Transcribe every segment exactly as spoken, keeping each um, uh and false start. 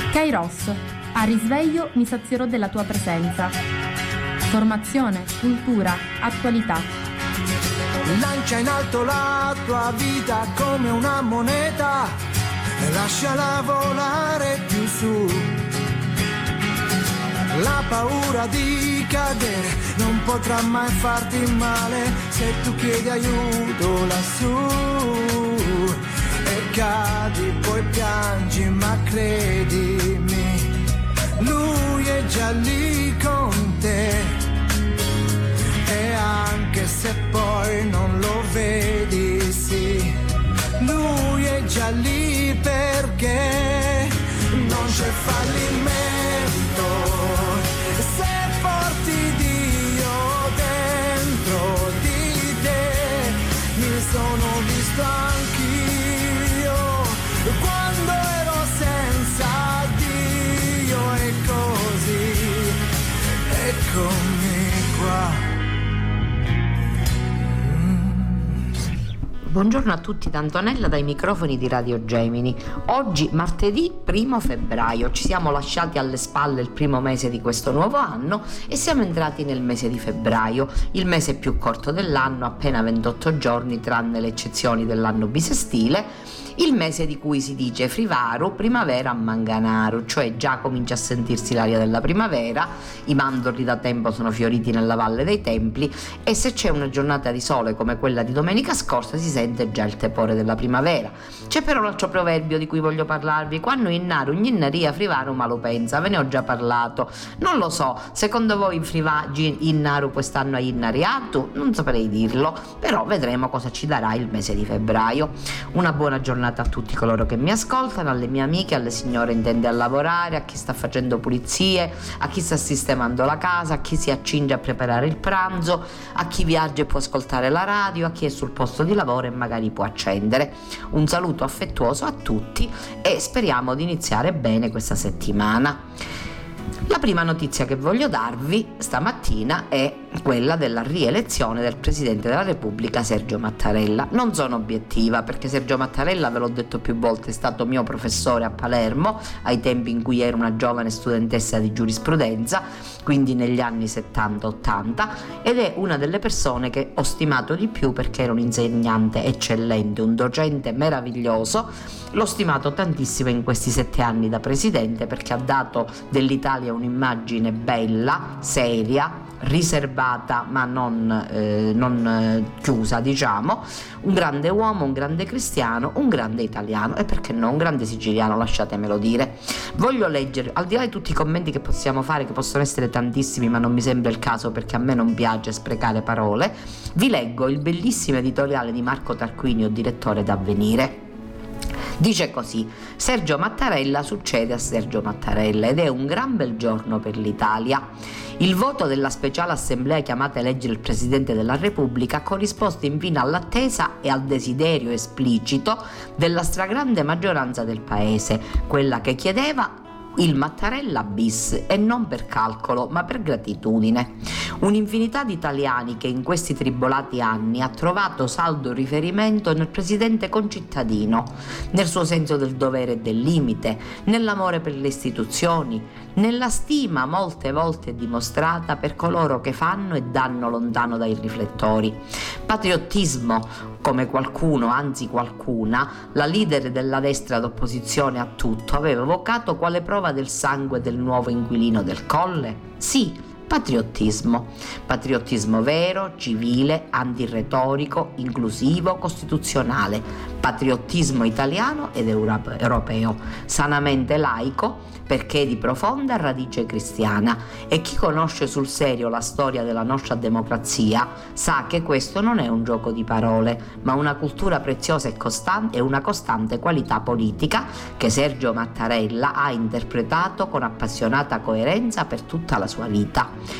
Kairos, a risveglio mi sazierò della tua presenza. Formazione, cultura, attualità. Lancia in alto la tua vita come una moneta e lasciala volare più su. La paura di cadere non potrà mai farti male se tu chiedi aiuto lassù. E cadi, poi piangi, ma credimi, lui è già lì con te. E anche se poi non lo vedi, sì, lui è già lì perché non c'è fallimento se porti Dio dentro di te. Mi sono visto anch'io quando ero senza Dio e così eccomi qua. Buongiorno a tutti da Antonella dai microfoni di Radio Gemini. Oggi martedì primo febbraio, ci siamo lasciati alle spalle il primo mese di questo nuovo anno e siamo entrati nel mese di febbraio, il mese più corto dell'anno, appena ventotto giorni tranne le eccezioni dell'anno bisestile, il mese di cui si dice Frivaru, primavera a Manganaru, cioè già comincia a sentirsi l'aria della primavera, i mandorli da tempo sono fioriti nella Valle dei Templi e se c'è una giornata di sole come quella di domenica scorsa si sente già il tepore della primavera. C'è però un altro proverbio di cui voglio parlarvi: quando innaru gninnaria frivaru ma lo pensa, ve ne ho già parlato. Non lo so, secondo voi in frivagi innaru quest'anno ha innariato? Non saprei dirlo, però vedremo cosa ci darà il mese di febbraio. Una buona giornata a tutti coloro che mi ascoltano, alle mie amiche, alle signore in tende a lavorare, a chi sta facendo pulizie, a chi sta sistemando la casa, a chi si accinge a preparare il pranzo, a chi viaggia e può ascoltare la radio, a chi è sul posto di lavoro e magari può accendere. Un saluto affettuoso a tutti e speriamo di iniziare bene questa settimana. La prima notizia che voglio darvi stamattina è quella della rielezione del Presidente della Repubblica Sergio Mattarella. Non sono obiettiva perché Sergio Mattarella, ve l'ho detto più volte, è stato mio professore a Palermo ai tempi in cui ero una giovane studentessa di giurisprudenza, quindi negli anni settanta ottanta, ed è una delle persone che ho stimato di più perché era un insegnante eccellente, un docente meraviglioso. L'ho stimato tantissimo in questi sette anni da presidente perché ha dato dell'Italia un'immagine bella, seria, riservata ma non, eh, non eh, chiusa, diciamo. Un grande uomo, un grande cristiano, un grande italiano e perché no un grande siciliano, lasciatemelo dire. Voglio leggere, al di là di tutti i commenti che possiamo fare, che possono essere tantissimi ma non mi sembra il caso perché a me non piace sprecare parole, vi leggo il bellissimo editoriale di Marco Tarquinio, direttore d'Avvenire. Dice così: Sergio Mattarella succede a Sergio Mattarella ed è un gran bel giorno per l'Italia. Il voto della speciale assemblea chiamata a eleggere il Presidente della Repubblica ha corrisposto infine all'attesa e al desiderio esplicito della stragrande maggioranza del Paese, quella che chiedeva il Mattarella bis, e non per calcolo ma per gratitudine. Un'infinità di italiani che in questi tribolati anni ha trovato saldo riferimento nel presidente concittadino, nel suo senso del dovere e del limite, nell'amore per le istituzioni, nella stima molte volte dimostrata per coloro che fanno e danno lontano dai riflettori. Patriottismo, come qualcuno, anzi qualcuna, la leader della destra d'opposizione a tutto, aveva evocato quale prova del sangue del nuovo inquilino del Colle? Sì, patriottismo. Patriottismo vero, civile, antiretorico, inclusivo, costituzionale. Patriottismo italiano ed europeo, sanamente laico perché di profonda radice cristiana, e chi conosce sul serio la storia della nostra democrazia sa che questo non è un gioco di parole, ma una cultura preziosa e costante e una costante qualità politica che Sergio Mattarella ha interpretato con appassionata coerenza per tutta la sua vita.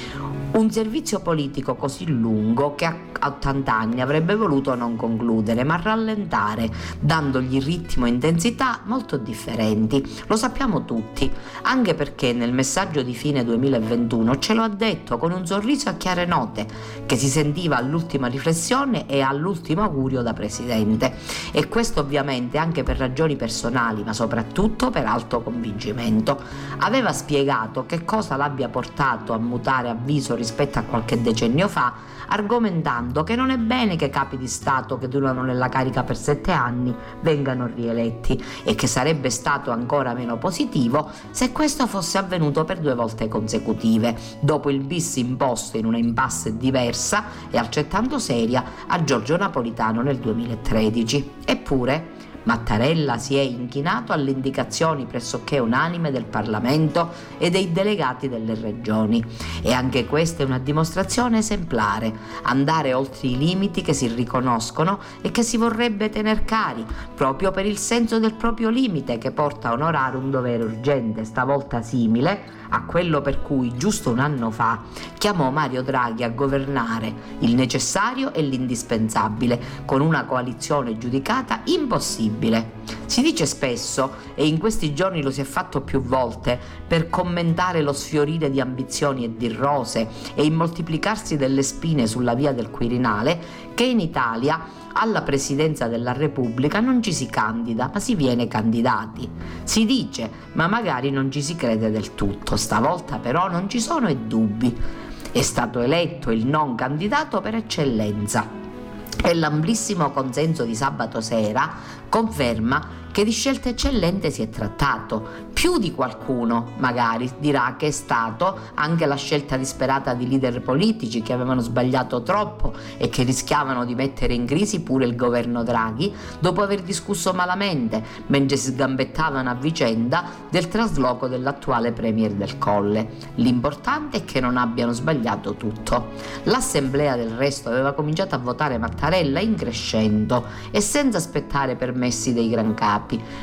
Un servizio politico così lungo che a ottanta anni avrebbe voluto non concludere, ma rallentare, dandogli ritmo e intensità molto differenti. Lo sappiamo tutti, anche perché nel messaggio di fine duemilaventuno ce lo ha detto con un sorriso a chiare note, che si sentiva all'ultima riflessione e all'ultimo augurio da presidente. E questo ovviamente anche per ragioni personali, ma soprattutto per alto convincimento. Aveva spiegato che cosa l'abbia portato a mutare avviso rispetto a qualche decennio fa, argomentando che non è bene che capi di Stato che durano nella carica per sette anni vengano rieletti e che sarebbe stato ancora meno positivo se questo fosse avvenuto per due volte consecutive, dopo il bis imposto in una impasse diversa e altrettanto seria a Giorgio Napolitano nel duemilatredici. Eppure Mattarella si è inchinato alle indicazioni pressoché unanime del Parlamento e dei delegati delle regioni, e anche questa è una dimostrazione esemplare: andare oltre i limiti che si riconoscono e che si vorrebbe tener cari, proprio per il senso del proprio limite che porta a onorare un dovere urgente, stavolta simile a quello per cui giusto un anno fa chiamò Mario Draghi a governare il necessario e l'indispensabile con una coalizione giudicata impossibile. Si dice spesso, e in questi giorni lo si è fatto più volte, per commentare lo sfiorire di ambizioni e di rose e il moltiplicarsi delle spine sulla via del Quirinale, che in Italia alla presidenza della Repubblica non ci si candida, ma si viene candidati. Si dice, ma magari non ci si crede del tutto. Stavolta però non ci sono i dubbi. È stato eletto il non candidato per eccellenza. E l'amplissimo consenso di sabato sera conferma che di scelta eccellente si è trattato. Più di qualcuno magari dirà che è stato anche la scelta disperata di leader politici che avevano sbagliato troppo e che rischiavano di mettere in crisi pure il governo Draghi dopo aver discusso malamente mentre si sgambettavano a vicenda del trasloco dell'attuale premier del Colle. L'importante è che non abbiano sbagliato tutto. L'assemblea del resto aveva cominciato a votare Mattarella in crescendo e senza aspettare permessi dei gran capi.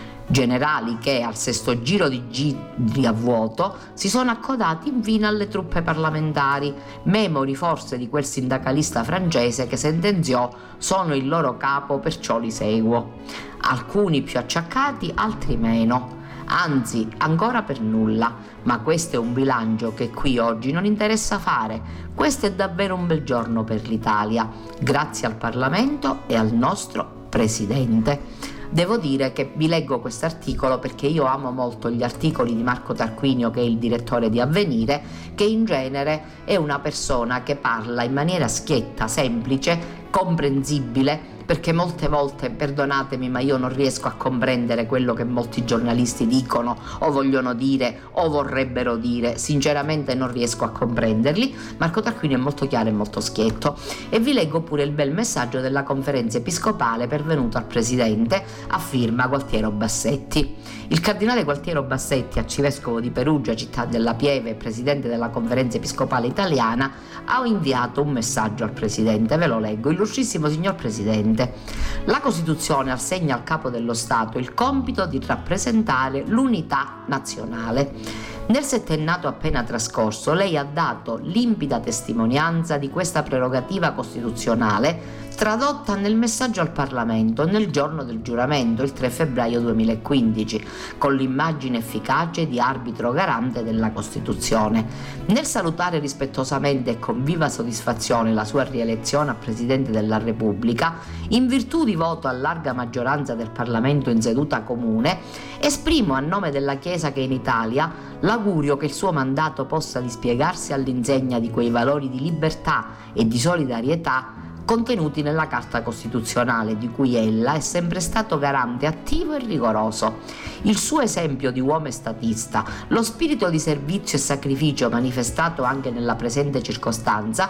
Generali che al sesto giro di giri a vuoto si sono accodati infine alle truppe parlamentari, memori forse di quel sindacalista francese che sentenziò: sono il loro capo, perciò li seguo. Alcuni più acciaccati, altri meno, anzi ancora per nulla, ma questo è un bilancio che qui oggi non interessa fare. Questo è davvero un bel giorno per l'Italia, grazie al Parlamento e al nostro Presidente. Devo dire che vi leggo questo articolo perché io amo molto gli articoli di Marco Tarquinio, che è il direttore di Avvenire, che in genere è una persona che parla in maniera schietta, semplice, comprensibile, perché molte volte, perdonatemi, ma io non riesco a comprendere quello che molti giornalisti dicono o vogliono dire o vorrebbero dire, sinceramente non riesco a comprenderli. Marco Tarquinio è molto chiaro e molto schietto, e vi leggo pure il bel messaggio della conferenza episcopale pervenuto al presidente a firma Gualtiero Bassetti. Il cardinale Gualtiero Bassetti, arcivescovo di Perugia, città della Pieve e presidente della conferenza episcopale italiana, ha inviato un messaggio al presidente, ve lo leggo. Illustrissimo signor Presidente, la Costituzione assegna al capo dello Stato il compito di rappresentare l'unità nazionale. Nel settennato appena trascorso lei ha dato limpida testimonianza di questa prerogativa costituzionale, tradotta nel messaggio al Parlamento nel giorno del giuramento, il tre febbraio duemilaquindici, con l'immagine efficace di arbitro garante della Costituzione. Nel salutare rispettosamente e con viva soddisfazione la sua rielezione a Presidente della Repubblica, in virtù di voto a larga maggioranza del Parlamento in seduta comune, esprimo a nome della Chiesa che in Italia l'augurio che il suo mandato possa dispiegarsi all'insegna di quei valori di libertà e di solidarietà contenuti nella Carta Costituzionale di cui ella è sempre stato garante attivo e rigoroso. Il suo esempio di uomo e statista, lo spirito di servizio e sacrificio manifestato anche nella presente circostanza,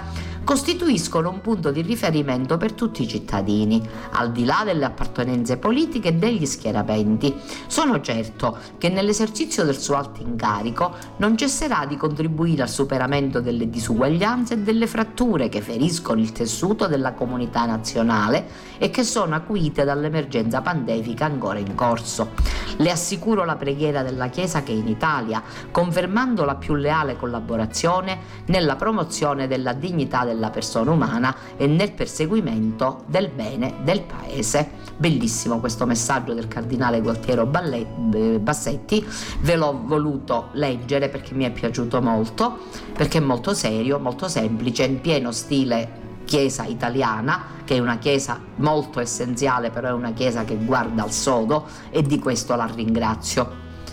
costituiscono un punto di riferimento per tutti i cittadini, al di là delle appartenenze politiche e degli schieramenti. Sono certo che nell'esercizio del suo alto incarico non cesserà di contribuire al superamento delle disuguaglianze e delle fratture che feriscono il tessuto della comunità nazionale e che sono acuite dall'emergenza pandemica ancora in corso. Le assicuro la preghiera della Chiesa che in Italia, confermando la più leale collaborazione nella promozione della dignità della persona umana e nel perseguimento del bene del Paese. Bellissimo questo messaggio del cardinale Gualtiero Bassetti, ve l'ho voluto leggere perché mi è piaciuto molto, perché è molto serio, molto semplice, in pieno stile Chiesa italiana, che è una Chiesa molto essenziale, però è una Chiesa che guarda al sodo, e di questo la ringrazio.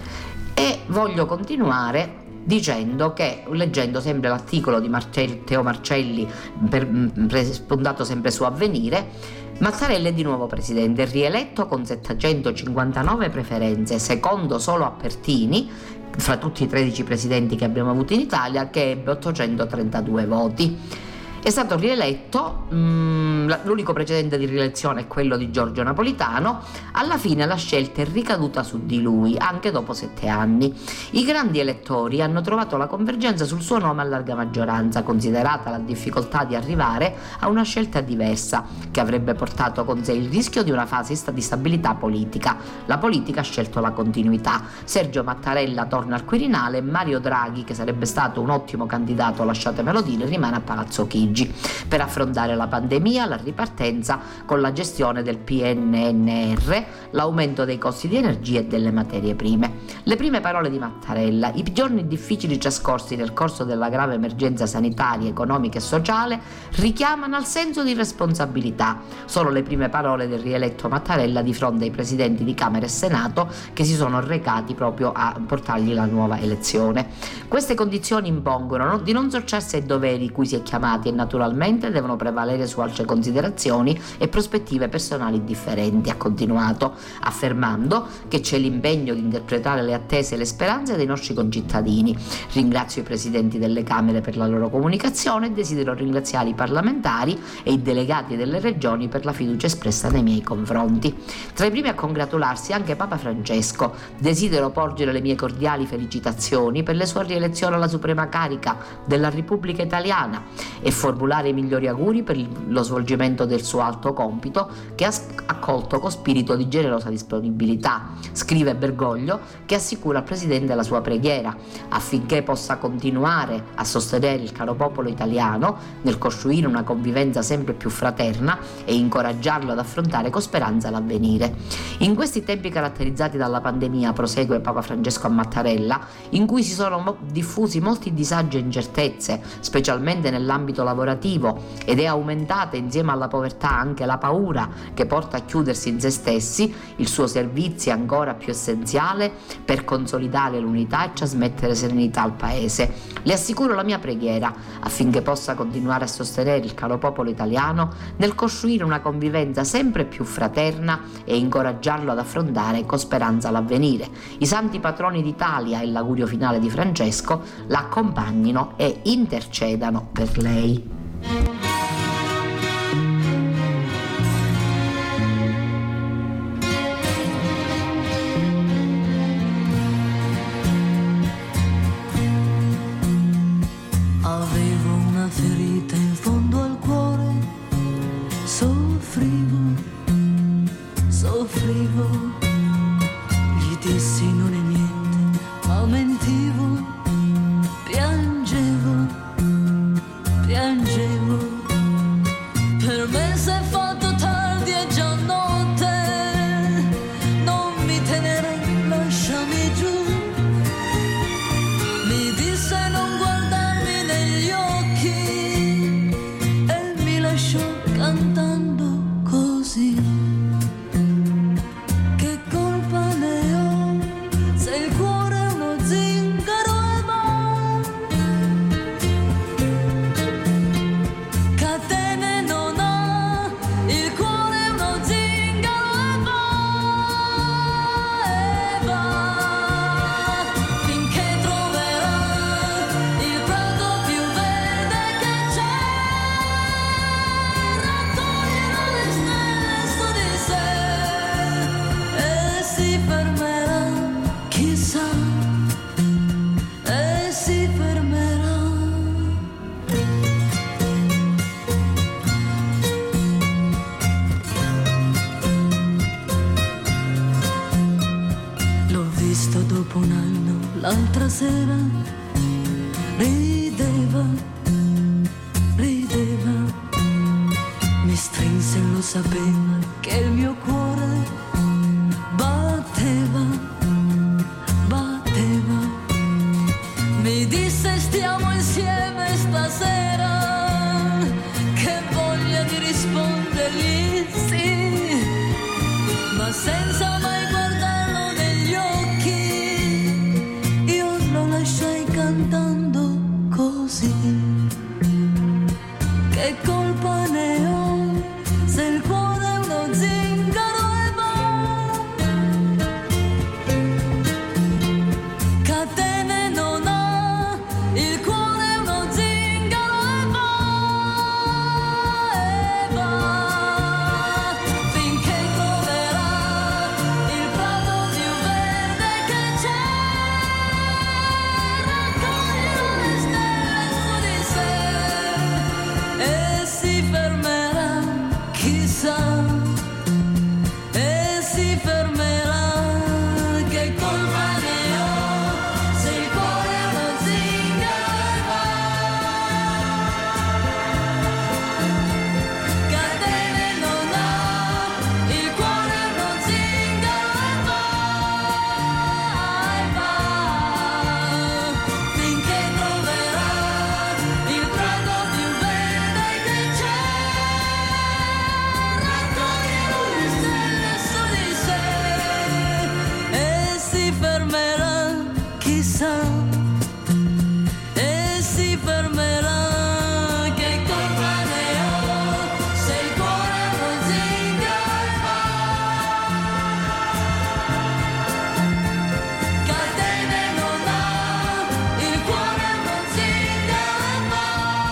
E voglio continuare dicendo che, leggendo sempre l'articolo di Marcell- Teo Marcelli per, per, spuntato sempre su Avvenire, Mattarella è di nuovo presidente, rieletto con settecentocinquantanove preferenze, secondo solo a Pertini, fra tutti i tredici presidenti che abbiamo avuto in Italia, che ebbe ottocentotrentadue voti. È stato rieletto, mh, l'unico precedente di rielezione è quello di Giorgio Napolitano. Alla fine la scelta è ricaduta su di lui, anche dopo sette anni. I grandi elettori hanno trovato la convergenza sul suo nome a larga maggioranza, considerata la difficoltà di arrivare a una scelta diversa, che avrebbe portato con sé il rischio di una fase di stabilità politica. La politica ha scelto la continuità. Sergio Mattarella torna al Quirinale e Mario Draghi, che sarebbe stato un ottimo candidato, lasciatemelo dire, rimane a Palazzo Chigi per affrontare la pandemia, la ripartenza con la gestione del P N R R, l'aumento dei costi di energia e delle materie prime. Le prime parole di Mattarella: i giorni difficili trascorsi nel corso della grave emergenza sanitaria, economica e sociale richiamano al senso di responsabilità. Sono le prime parole del rieletto Mattarella di fronte ai presidenti di Camera e Senato che si sono recati proprio a portargli la nuova elezione. Queste condizioni impongono di non sorciarsi ai doveri cui si è chiamati e naturalmente devono prevalere su altre considerazioni e prospettive personali differenti, ha continuato, affermando che c'è l'impegno di interpretare le attese e le speranze dei nostri concittadini. Ringrazio i presidenti delle Camere per la loro comunicazione e desidero ringraziare i parlamentari e i delegati delle regioni per la fiducia espressa nei miei confronti. Tra i primi a congratularsi anche Papa Francesco. Desidero porgere le mie cordiali felicitazioni per la sua rielezione alla suprema carica della Repubblica Italiana e formulare i migliori auguri per lo svolgimento del suo alto compito, che ha accolto con spirito di generosa disponibilità. Scrive Bergoglio, che assicura al Presidente la sua preghiera affinché possa continuare a sostenere il caro popolo italiano nel costruire una convivenza sempre più fraterna e incoraggiarlo ad affrontare con speranza l'avvenire. In questi tempi caratterizzati dalla pandemia, prosegue Papa Francesco a Mattarella, in cui si sono diffusi molti disagi e incertezze, specialmente nell'ambito lavorativo, ed è aumentata insieme alla povertà anche la paura che porta a chiudersi in se stessi, il suo servizio è ancora più essenziale per consolidare l'unità e trasmettere serenità al Paese. Le assicuro la mia preghiera affinché possa continuare a sostenere il caro popolo italiano nel costruire una convivenza sempre più fraterna e incoraggiarlo ad affrontare con speranza l'avvenire. I santi patroni d'Italia e l'augurio finale di Francesco la accompagnino e intercedano per lei. Avevo una ferita in fondo al cuore, soffrivo, soffrivo, gli dissi non è niente, ma mentivo, piangevo, piangevo, per me s'è fatto tardi e già notte, non mi tenere, lasciami giù, mi disse non guardarmi negli occhi e mi lasciò cantando così. Che colpa ne ho visto dopo un anno l'altra sera, rideva, rideva, mi strinse e lo sapeva che il mio cuore batteva, batteva, mi disse stiamo insieme stasera, che voglia di rispondergli sì, ma senza mai guardarlo negli occhi, io lo lasciai cantando così. Che colpa ne ho se il cuore è uno zingaro e va, catene non ha, il cuore è uno zingaro e va, e va, finché troverà il prato più verde che c'è, raccoglierà le stelle su di sé e si fermerà, chissà, e si fermerà. Che colpa ne ho se il cuore è uno zingaro e va, catene non ha, il cuore è uno zingaro e va, e va, finché troverà il prato più verde che c'è, raccoglierà le stelle su di sé e si fermerà, chissà, e si fermerà. Che colpa ne ho se il cuore è uno zingaro e va, catene non ha, il cuore è uno zingaro e va,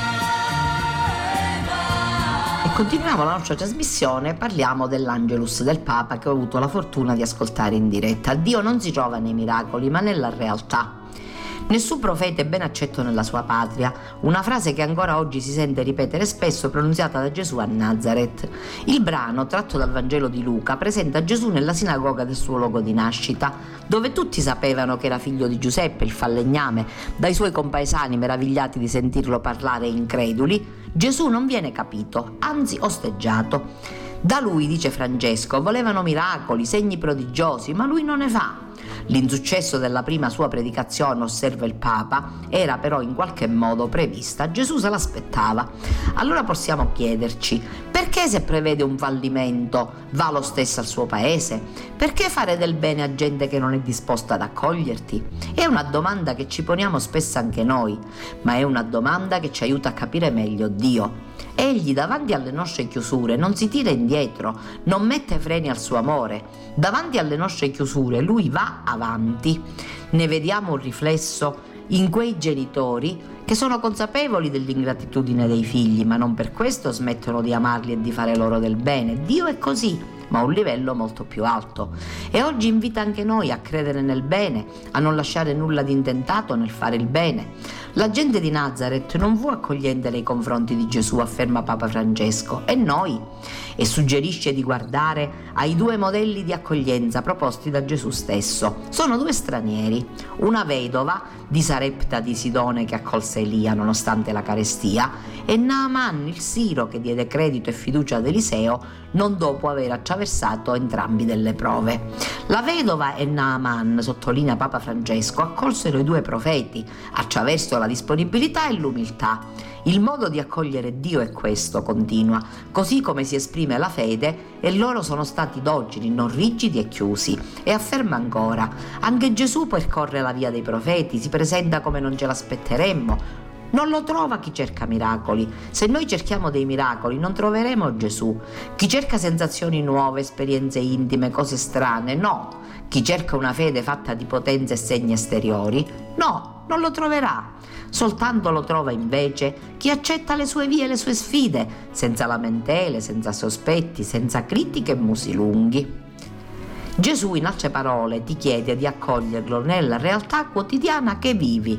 e va. E continuiamo la nostra trasmissione, parliamo dell'Angelus del Papa che ho avuto la fortuna di ascoltare in diretta. Dio non si trova nei miracoli, ma nella realtà. Nessun profeta è ben accetto nella sua patria, una frase che ancora oggi si sente ripetere spesso pronunziata da Gesù a Nazareth. Il brano, tratto dal Vangelo di Luca, presenta Gesù nella sinagoga del suo luogo di nascita, dove tutti sapevano che era figlio di Giuseppe, il falegname, dai suoi compaesani meravigliati di sentirlo parlare e increduli. Gesù non viene capito, anzi osteggiato. Da lui, dice Francesco, volevano miracoli, segni prodigiosi, ma lui non ne fa. L'insuccesso della prima sua predicazione, osserva il Papa, era però in qualche modo prevista. Gesù se l'aspettava. Allora possiamo chiederci: perché se prevede un fallimento va lo stesso al suo paese? Perché fare del bene a gente che non è disposta ad accoglierti? È una domanda che ci poniamo spesso anche noi, ma è una domanda che ci aiuta a capire meglio Dio. Egli davanti alle nostre chiusure non si tira indietro, non mette freni al suo amore. Davanti alle nostre chiusure lui va avanti. Ne vediamo un riflesso in quei genitori che sono consapevoli dell'ingratitudine dei figli, ma non per questo smettono di amarli e di fare loro del bene. Dio è così, ma a un livello molto più alto. E oggi invita anche noi a credere nel bene, a non lasciare nulla di intentato nel fare il bene. La gente di Nazareth non fu accogliente nei confronti di Gesù, afferma Papa Francesco, e noi? E suggerisce di guardare ai due modelli di accoglienza proposti da Gesù stesso. Sono due stranieri, una vedova di Sarepta di Sidone che accolse Elia nonostante la carestia, e Naaman il siro che diede credito e fiducia ad Eliseo non dopo aver attraversato entrambi delle prove. La vedova e Naaman, sottolinea Papa Francesco, accolsero i due profeti attraverso la disponibilità e l'umiltà. Il modo di accogliere Dio è questo, continua, così come si esprime la fede, e loro sono stati docili, non rigidi e chiusi. E afferma ancora: anche Gesù percorre la via dei profeti, si presenta come non ce l'aspetteremmo. Non lo trova chi cerca miracoli. Se noi cerchiamo dei miracoli non troveremo Gesù. Chi cerca sensazioni nuove, esperienze intime, cose strane, no. Chi cerca una fede fatta di potenze e segni esteriori, no, non lo troverà. Soltanto lo trova invece chi accetta le sue vie e le sue sfide, senza lamentele, senza sospetti, senza critiche e musi lunghi. Gesù, in altre parole, ti chiede di accoglierlo nella realtà quotidiana che vivi,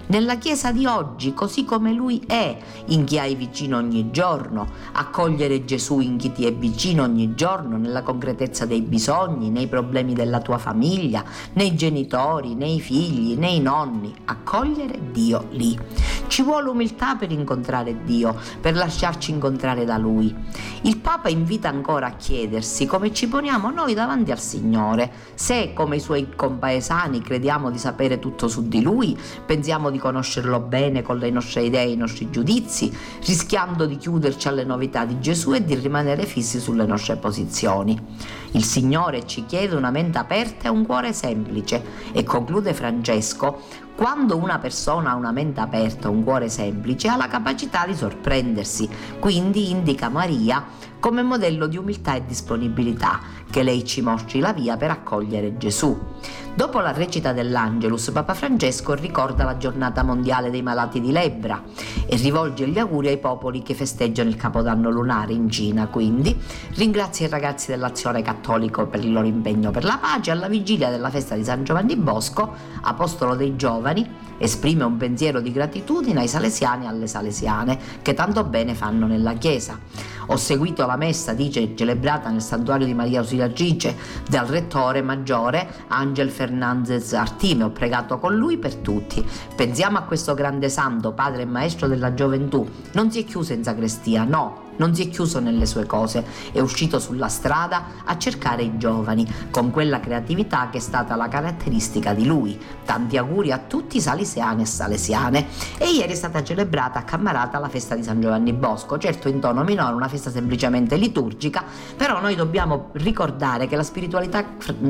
nella Chiesa di oggi, così come Lui è, in chi hai vicino ogni giorno, accogliere Gesù in chi ti è vicino ogni giorno, nella concretezza dei bisogni, nei problemi della tua famiglia, nei genitori, nei figli, nei nonni, accogliere Dio lì. Ci vuole umiltà per incontrare Dio, per lasciarci incontrare da Lui. Il Papa invita ancora a chiedersi come ci poniamo noi davanti al Signore, se come i Suoi compaesani crediamo di sapere tutto su di Lui, pensiamo di conoscerlo bene con le nostre idee e i nostri giudizi, rischiando di chiuderci alle novità di Gesù e di rimanere fissi sulle nostre posizioni. Il Signore ci chiede una mente aperta e un cuore semplice, e conclude Francesco: quando una persona ha una mente aperta, un cuore semplice, ha la capacità di sorprendersi, quindi indica Maria come modello di umiltà e disponibilità, che lei ci mostri la via per accogliere Gesù. Dopo la recita dell'Angelus, Papa Francesco ricorda la giornata mondiale dei malati di lebbra e rivolge gli auguri ai popoli che festeggiano il Capodanno lunare in Cina, quindi ringrazia i ragazzi dell'Azione Cattolico per il loro impegno per la pace. Alla vigilia della festa di San Giovanni Bosco, apostolo dei giovani, esprime un pensiero di gratitudine ai salesiani e alle salesiane che tanto bene fanno nella Chiesa. Ho seguito la messa, dice, celebrata nel santuario di Maria Ausiliatrice dal rettore maggiore Angel Fernandez Artime. Ho pregato con lui per tutti. Pensiamo a questo grande santo, padre e maestro della gioventù. Non si è chiuso in sacrestia, no. Non si è chiuso nelle sue cose, è uscito sulla strada a cercare i giovani, con quella creatività che è stata la caratteristica di lui. Tanti auguri a tutti i salesiani e salesiane. E ieri è stata celebrata a Cammarata la festa di San Giovanni Bosco, certo in tono minore, una festa semplicemente liturgica, però noi dobbiamo ricordare che la spiritualità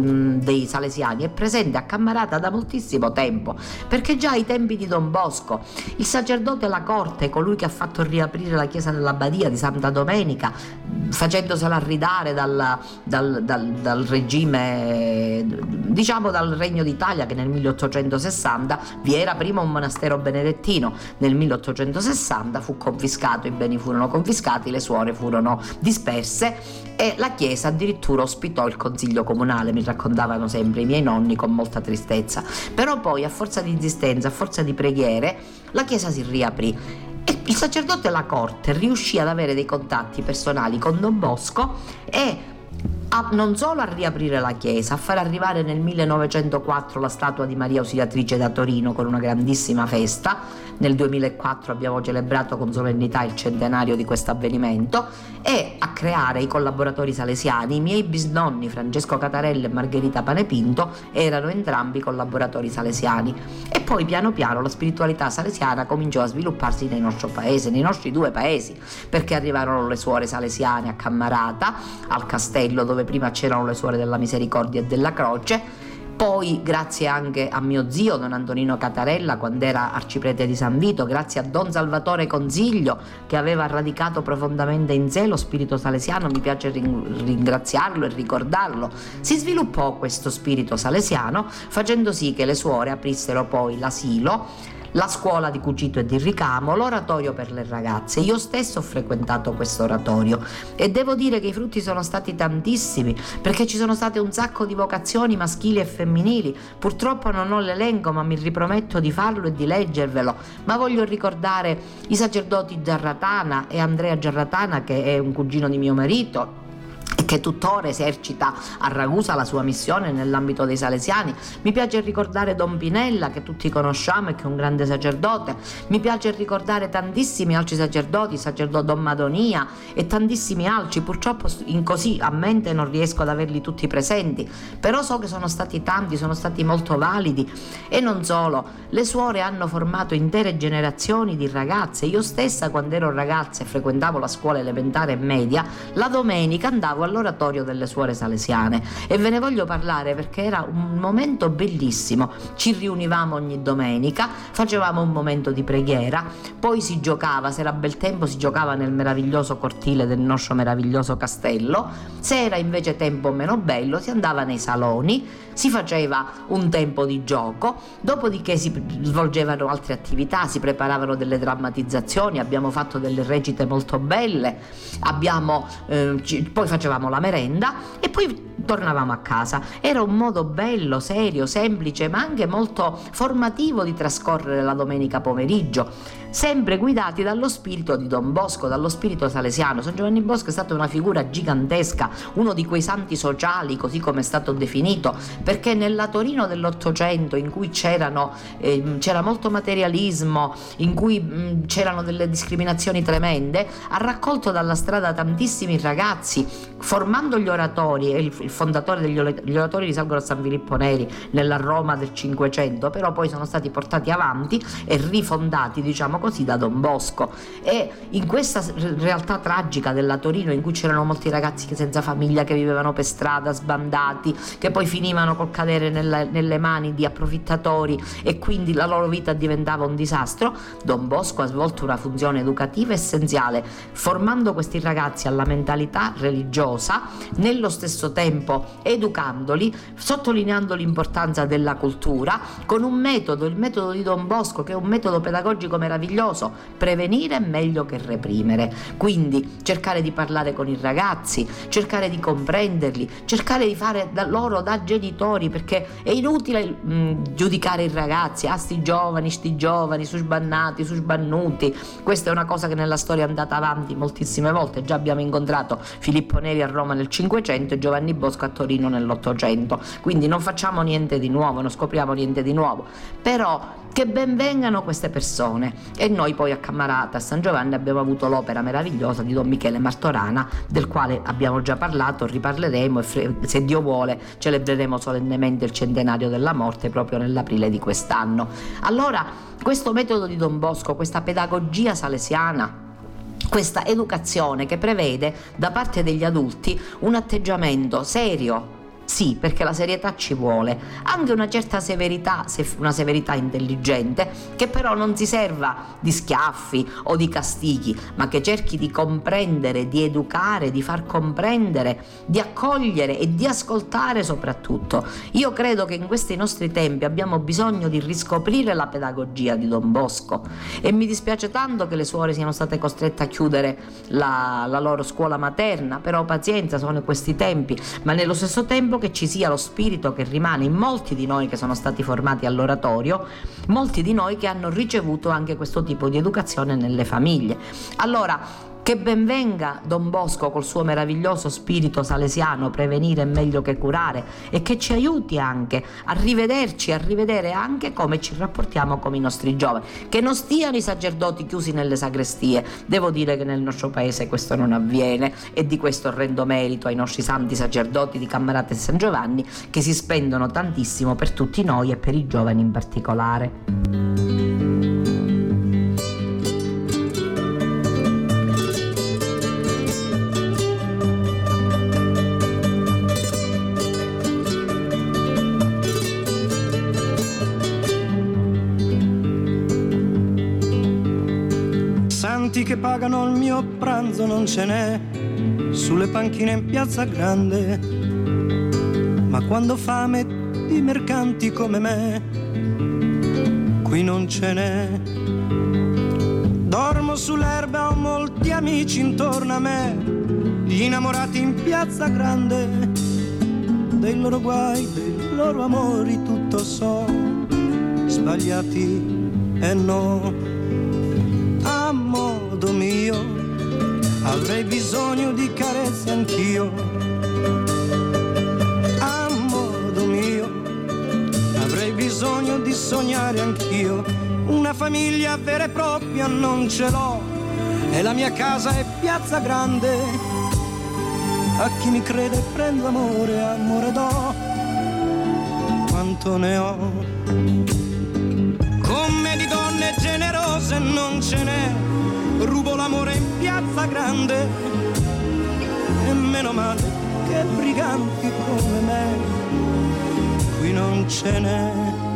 dei salesiani è presente a Cammarata da moltissimo tempo, perché già ai tempi di Don Bosco il sacerdote La Corte, colui che ha fatto riaprire la chiesa dell'Abbadia di Santa Domenica, facendosela ridare dal, dal, dal, dal regime, diciamo dal Regno d'Italia, che nel milleottocentosessanta vi era prima un monastero benedettino, nel milleottocentosessanta fu confiscato, i beni furono confiscati, le suore furono disperse e la chiesa addirittura ospitò il consiglio comunale, mi raccontavano sempre i miei nonni con molta tristezza. Però poi, a forza di insistenza, a forza di preghiere, la chiesa si riaprì. E il sacerdote La Corte riuscì ad avere dei contatti personali con Don Bosco e a, non solo a riaprire la chiesa, a far arrivare nel millenovecentoquattro la statua di Maria Ausiliatrice da Torino con una grandissima festa. Nel duemilaquattro abbiamo celebrato con solennità il centenario di questo avvenimento, e a creare i collaboratori salesiani. I miei bisnonni Francesco Catarella e Margherita Panepinto erano entrambi collaboratori salesiani, e poi piano piano la spiritualità salesiana cominciò a svilupparsi nel nostro paese, nei nostri due paesi, perché arrivarono le suore salesiane a Cammarata, al castello dove prima c'erano le suore della Misericordia e della Croce. Poi, grazie anche a mio zio Don Antonino Catarella, quando era arciprete di San Vito, grazie a Don Salvatore Consiglio, che aveva radicato profondamente in sé lo spirito salesiano, mi piace ringraziarlo e ricordarlo, si sviluppò questo spirito salesiano, facendo sì che le suore aprissero poi l'asilo, la scuola di cucito e di ricamo, l'oratorio per le ragazze. Io stesso ho frequentato questo oratorio e devo dire che i frutti sono stati tantissimi, perché ci sono state un sacco di vocazioni maschili e femminili. Purtroppo non ho l'elenco, ma mi riprometto di farlo e di leggervelo. Ma voglio ricordare i sacerdoti Giarratana e Andrea Giarratana, che è un cugino di mio marito, che tuttora esercita a Ragusa la sua missione nell'ambito dei salesiani. Mi piace ricordare Don Pinella, che tutti conosciamo e che è un grande sacerdote. Mi piace ricordare tantissimi altri sacerdoti, il sacerdote Don Madonia e tantissimi altri. Purtroppo in così a mente non riesco ad averli tutti presenti, però so che sono stati tanti, sono stati molto validi. E non solo, le suore hanno formato intere generazioni di ragazze. Io stessa, quando ero ragazza e frequentavo la scuola elementare e media, la domenica andavo all'oratorio delle suore salesiane, e ve ne voglio parlare perché era un momento bellissimo. Ci riunivamo ogni domenica, facevamo un momento di preghiera, poi si giocava, se era bel tempo si giocava nel meraviglioso cortile del nostro meraviglioso castello, se era invece tempo meno bello si andava nei saloni, si faceva un tempo di gioco, dopodiché si svolgevano altre attività, si preparavano delle drammatizzazioni, abbiamo fatto delle recite molto belle, abbiamo eh, poi facevamo la merenda e poi tornavamo a casa. Era un modo bello, serio, semplice, ma anche molto formativo di trascorrere la domenica pomeriggio, sempre guidati dallo spirito di Don Bosco, dallo spirito salesiano. San Giovanni Bosco è stata una figura gigantesca, uno di quei santi sociali, così come è stato definito, perché nella Torino dell'Ottocento, in cui c'erano, eh, c'era molto materialismo, in cui mh, c'erano delle discriminazioni tremende, ha raccolto dalla strada tantissimi ragazzi, formando gli oratori. E il, il fondatore degli gli oratori risalgono a San Filippo Neri nella Roma del Cinquecento, però poi sono stati portati avanti e rifondati, diciamo così, da Don Bosco. E in questa realtà tragica della Torino, in cui c'erano molti ragazzi senza famiglia, che vivevano per strada, sbandati, che poi finivano col cadere nella, nelle mani di approfittatori e quindi la loro vita diventava un disastro, Don Bosco ha svolto una funzione educativa essenziale, formando questi ragazzi alla mentalità religiosa, nello stesso tempo educandoli, sottolineando l'importanza della cultura, con un metodo, il metodo di Don Bosco, che è un metodo pedagogico meraviglioso: prevenire è meglio che reprimere. Quindi cercare di parlare con i ragazzi, cercare di comprenderli, cercare di fare da loro da genitori, perché è inutile mh, giudicare i ragazzi, ah sti giovani, sti giovani, su sbannati, su sbannuti. Questa è una cosa che nella storia è andata avanti moltissime volte. Già abbiamo incontrato Filippo Neri a Roma nel Cinquecento e Giovanni Bosco a Torino nell'Ottocento, quindi non facciamo niente di nuovo, non scopriamo niente di nuovo, però che ben vengano queste persone. E noi poi a Cammarata, a San Giovanni, abbiamo avuto l'opera meravigliosa di Don Michele Martorana, del quale abbiamo già parlato, riparleremo e se Dio vuole celebreremo solennemente il centenario della morte proprio nell'aprile di quest'anno. Allora, questo metodo di Don Bosco, questa pedagogia salesiana, questa educazione che prevede da parte degli adulti un atteggiamento serio, sì, perché la serietà ci vuole, anche una certa severità, una severità intelligente, che però non si serva di schiaffi o di castighi, ma che cerchi di comprendere, di educare, di far comprendere, di accogliere e di ascoltare soprattutto. Io credo che in questi nostri tempi abbiamo bisogno di riscoprire la pedagogia di Don Bosco, e mi dispiace tanto che le suore siano state costrette a chiudere la, la loro scuola materna, però pazienza, sono questi tempi, ma nello stesso tempo che ci sia lo spirito che rimane in molti di noi che sono stati formati all'oratorio, molti di noi che hanno ricevuto anche questo tipo di educazione nelle famiglie. Allora, che ben venga Don Bosco col suo meraviglioso spirito salesiano, prevenire è meglio che curare, e che ci aiuti anche a rivederci, a rivedere anche come ci rapportiamo con i nostri giovani, che non stiano i sacerdoti chiusi nelle sagrestie. Devo dire che nel nostro paese questo non avviene, e di questo rendo merito ai nostri santi sacerdoti di Cammarata e San Giovanni, che si spendono tantissimo per tutti noi e per i giovani in particolare. Che pagano il mio pranzo non ce n'è sulle panchine in Piazza Grande, ma quando fame di mercanti come me qui non ce n'è. Dormo sull'erba, ho molti amici intorno a me, gli innamorati in Piazza Grande, dei loro guai, dei loro amori tutto so, sbagliati e no. A modo mio avrei bisogno di carezze anch'io, a modo mio avrei bisogno di sognare anch'io. Una famiglia vera e propria non ce l'ho, e la mia casa è Piazza Grande. A chi mi crede prendo amore, amore do, quanto ne ho. Come di donne generose non ce n'è, rubo l'amore in Piazza Grande, e meno male che briganti come me qui non ce n'è.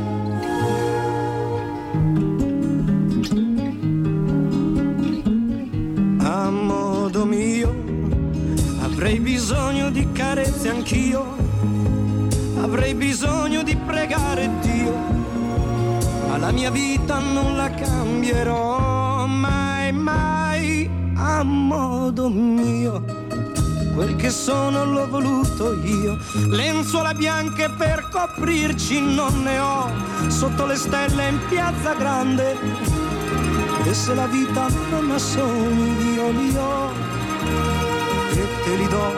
A modo mio avrei bisogno di carezze anch'io, avrei bisogno di pregare Dio, ma la mia vita non la cambierò mai, mai. A modo mio quel che sono l'ho voluto io. Lenzuola bianche per coprirci non ne ho, sotto le stelle in piazza grande. E se la vita non ha sogni io li ho e te li do.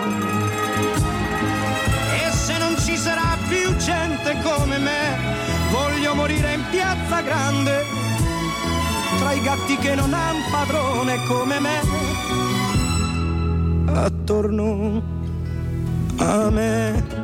E se non ci sarà più gente come me, voglio morire in piazza grande, tra i gatti che non han padrone come me, attorno a me.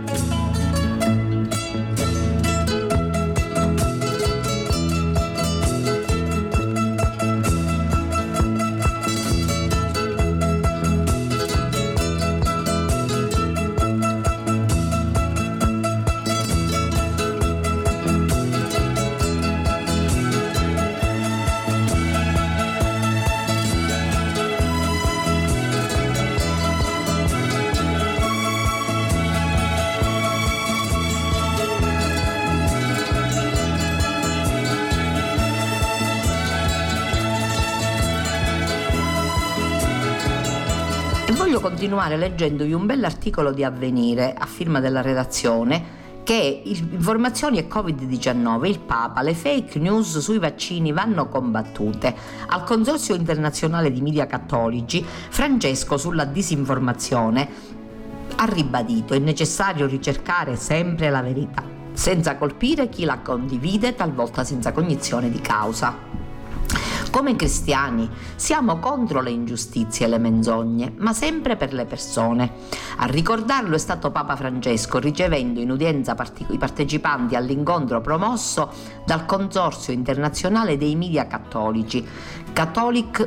Voglio continuare leggendovi un bell'articolo di Avvenire a firma della redazione che è informazioni e covid diciannove, il Papa, le fake news sui vaccini vanno combattute. Al Consorzio Internazionale di Media Cattolici, Francesco sulla disinformazione ha ribadito: è necessario ricercare sempre la verità, senza colpire chi la condivide, talvolta senza cognizione di causa. Come cristiani siamo contro le ingiustizie e le menzogne, ma sempre per le persone. A ricordarlo è stato Papa Francesco, ricevendo in udienza part- i partecipanti all'incontro promosso dal Consorzio Internazionale dei Media Cattolici, Catholic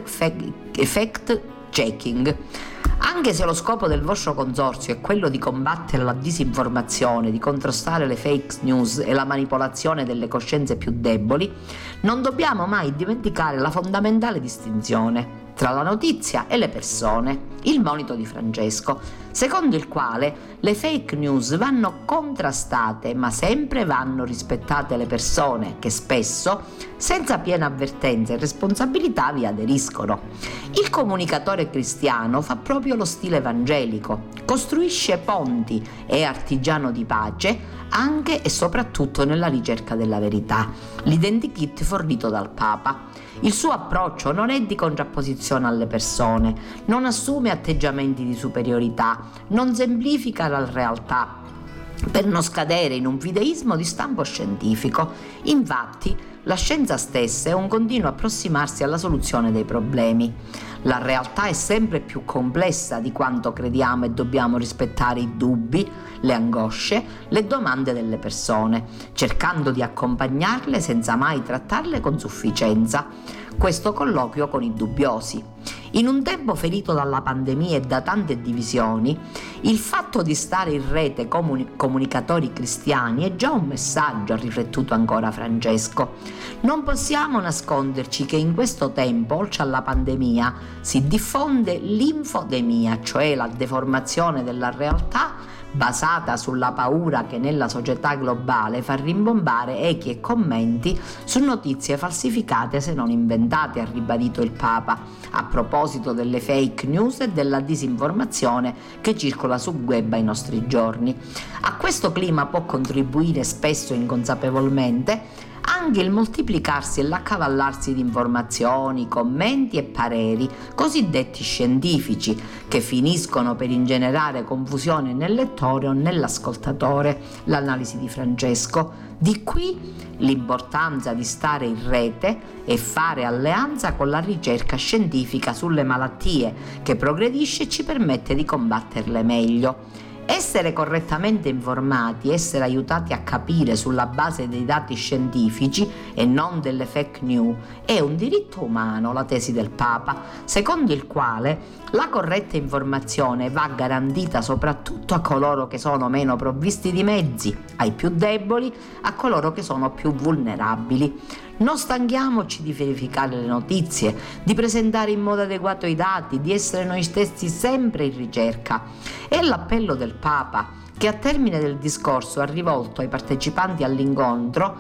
Fact Checking. Anche se lo scopo del vostro consorzio è quello di combattere la disinformazione, di contrastare le fake news e la manipolazione delle coscienze più deboli, non dobbiamo mai dimenticare la fondamentale distinzione tra la notizia e le persone, il monito di Francesco, secondo il quale le fake news vanno contrastate, ma sempre vanno rispettate le persone che spesso, senza piena avvertenza e responsabilità, vi aderiscono. Il comunicatore cristiano fa proprio lo stile evangelico, costruisce ponti, è artigiano di pace anche e soprattutto nella ricerca della verità. L'identikit fornito dal Papa. Il suo approccio non è di contrapposizione alle persone, non assume atteggiamenti di superiorità, non semplifica la realtà per non scadere in un fideismo di stampo scientifico. Infatti, la scienza stessa è un continuo approssimarsi alla soluzione dei problemi. La realtà è sempre più complessa di quanto crediamo e dobbiamo rispettare i dubbi, le angosce, le domande delle persone, cercando di accompagnarle senza mai trattarle con sufficienza. Questo colloquio con i dubbiosi. In un tempo ferito dalla pandemia e da tante divisioni, il fatto di stare in rete comuni- comunicatori cristiani è già un messaggio, ha riflettuto ancora Francesco. Non possiamo nasconderci che in questo tempo, oltre alla pandemia, si diffonde l'infodemia, cioè la deformazione della realtà basata sulla paura che nella società globale fa rimbombare echi e commenti su notizie falsificate se non inventate, ha ribadito il Papa, a proposito delle fake news e della disinformazione che circola sul web ai nostri giorni. A questo clima può contribuire spesso inconsapevolmente anche il moltiplicarsi e l'accavallarsi di informazioni, commenti e pareri cosiddetti scientifici che finiscono per ingenerare confusione nel lettore o nell'ascoltatore. L'analisi di Francesco. Di qui l'importanza di stare in rete e fare alleanza con la ricerca scientifica sulle malattie che progredisce e ci permette di combatterle meglio. Essere correttamente informati, essere aiutati a capire sulla base dei dati scientifici e non delle fake news è un diritto umano, la tesi del Papa, secondo il quale la corretta informazione va garantita soprattutto a coloro che sono meno provvisti di mezzi, ai più deboli, a coloro che sono più vulnerabili. Non stanchiamoci di verificare le notizie, di presentare in modo adeguato i dati, di essere noi stessi sempre in ricerca. È l'appello del Papa, che a termine del discorso ha rivolto ai partecipanti all'incontro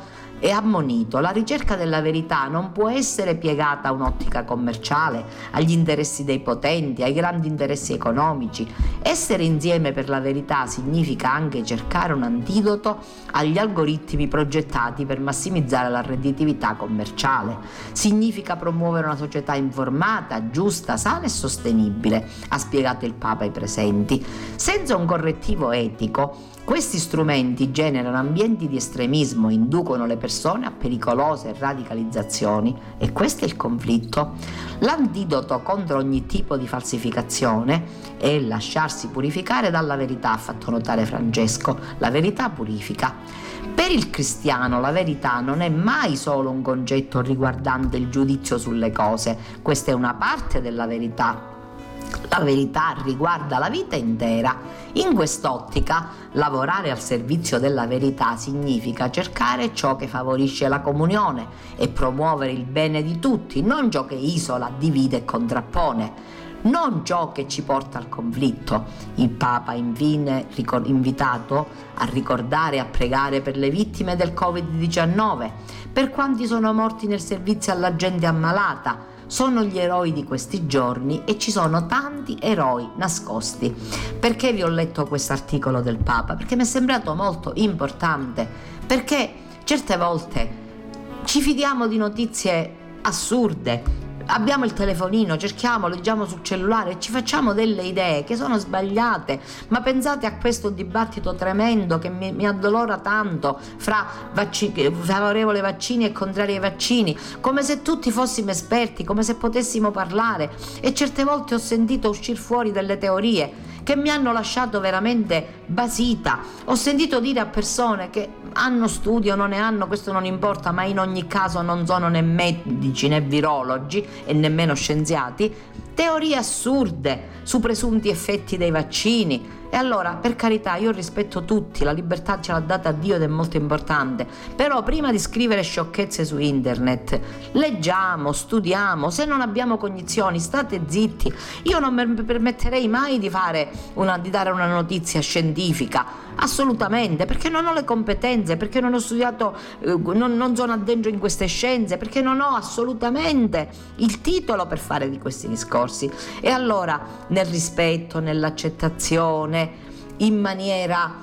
e ammonito: la ricerca della verità non può essere piegata a un'ottica commerciale, agli interessi dei potenti, ai grandi interessi economici. Essere insieme per la verità significa anche cercare un antidoto agli algoritmi progettati per massimizzare la redditività commerciale. Significa promuovere una società informata, giusta, sana e sostenibile, ha spiegato il Papa ai presenti. Senza un correttivo etico, questi strumenti generano ambienti di estremismo, inducono le persone a pericolose radicalizzazioni, e questo è il conflitto. L'antidoto contro ogni tipo di falsificazione è lasciarsi purificare dalla verità, ha fatto notare Francesco. La verità purifica. Per il cristiano la verità non è mai solo un concetto riguardante il giudizio sulle cose, questa è una parte della verità. La verità riguarda la vita intera. In quest'ottica, lavorare al servizio della verità significa cercare ciò che favorisce la comunione e promuovere il bene di tutti, non ciò che isola, divide e contrappone, non ciò che ci porta al conflitto. Il Papa infine ricor- invitato a ricordare e a pregare per le vittime del covid diciannove, per quanti sono morti nel servizio alla gente ammalata. Sono gli eroi di questi giorni e ci sono tanti eroi nascosti. Perché vi ho letto questo articolo del Papa? Perché mi è sembrato molto importante, perché certe volte ci fidiamo di notizie assurde. Abbiamo il telefonino, cerchiamo, leggiamo sul cellulare e ci facciamo delle idee che sono sbagliate. Ma pensate a questo dibattito tremendo che mi, mi addolora tanto fra vaccini, favorevoli ai vaccini e contrari ai vaccini, come se tutti fossimo esperti, come se potessimo parlare. E certe volte ho sentito uscire fuori delle teorie che mi hanno lasciato veramente basita. Ho sentito dire a persone che hanno studi o non ne hanno, questo non importa, ma in ogni caso non sono né medici né virologi e nemmeno scienziati, teorie assurde su presunti effetti dei vaccini. E allora, per carità, io rispetto tutti, la libertà ce l'ha data Dio ed è molto importante, però prima di scrivere sciocchezze su internet leggiamo, studiamo. Se non abbiamo cognizioni, state zitti. Io non mi permetterei mai di fare una, di dare una notizia scientifica, assolutamente, perché non ho le competenze, perché non ho studiato, eh, non, non sono addentro in queste scienze, perché non ho assolutamente il titolo per fare di questi discorsi. E allora, nel rispetto, nell'accettazione, in maniera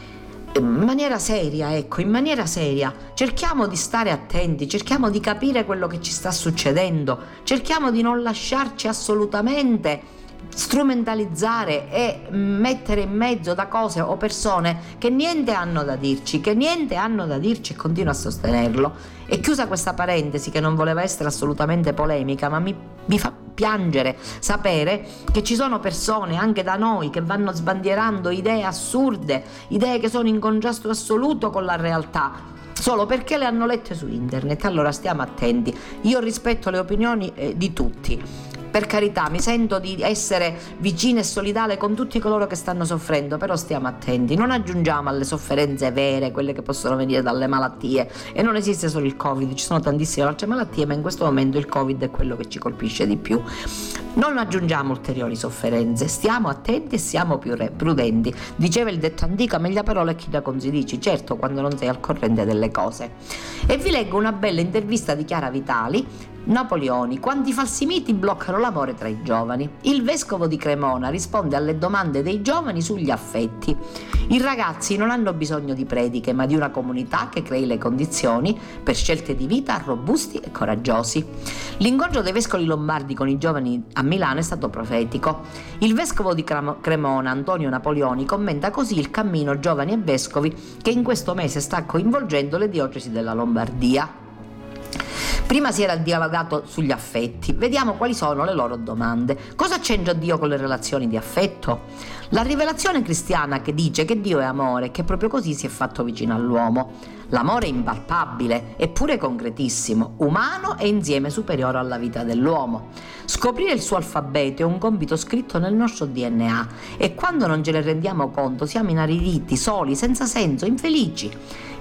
in maniera seria, ecco, in maniera seria, cerchiamo di stare attenti, cerchiamo di capire quello che ci sta succedendo, cerchiamo di non lasciarci assolutamente strumentalizzare e mettere in mezzo da cose o persone che niente hanno da dirci, che niente hanno da dirci, e continuo a sostenerlo. E chiusa questa parentesi che non voleva essere assolutamente polemica, ma mi, mi fa piangere sapere che ci sono persone anche da noi che vanno sbandierando idee assurde, idee che sono in contrasto assoluto con la realtà, solo perché le hanno lette su internet. Allora stiamo attenti. Io rispetto le opinioni eh, di tutti, per carità, mi sento di essere vicina e solidale con tutti coloro che stanno soffrendo, però stiamo attenti, non aggiungiamo alle sofferenze vere, quelle che possono venire dalle malattie. E non esiste solo il Covid, ci sono tantissime altre malattie, ma in questo momento il Covid è quello che ci colpisce di più. Non aggiungiamo ulteriori sofferenze, stiamo attenti e siamo più re- prudenti. Diceva il detto antico: meglio parola e chi da considici, certo quando non sei al corrente delle cose. E vi leggo una bella intervista di Chiara Vitali. Napoleoni: quanti falsi miti bloccano l'amore tra i giovani. Il vescovo di Cremona risponde alle domande dei giovani sugli affetti. I ragazzi non hanno bisogno di prediche, ma di una comunità che crei le condizioni per scelte di vita robusti e coraggiosi. L'incontro dei vescovi lombardi con i giovani a Milano è stato profetico. Il vescovo di Cremona, Antonio Napoleoni, commenta così il cammino giovani e vescovi che in questo mese sta coinvolgendo le diocesi della Lombardia. Prima si era dialogato sugli affetti, vediamo quali sono le loro domande. Cosa c'entra Dio con le relazioni di affetto? La rivelazione cristiana che dice che Dio è amore e che proprio così si è fatto vicino all'uomo. L'amore è impalpabile, eppure concretissimo, umano e insieme superiore alla vita dell'uomo. Scoprire il suo alfabeto è un compito scritto nel nostro D N A e quando non ce ne rendiamo conto siamo inariditi, soli, senza senso, infelici.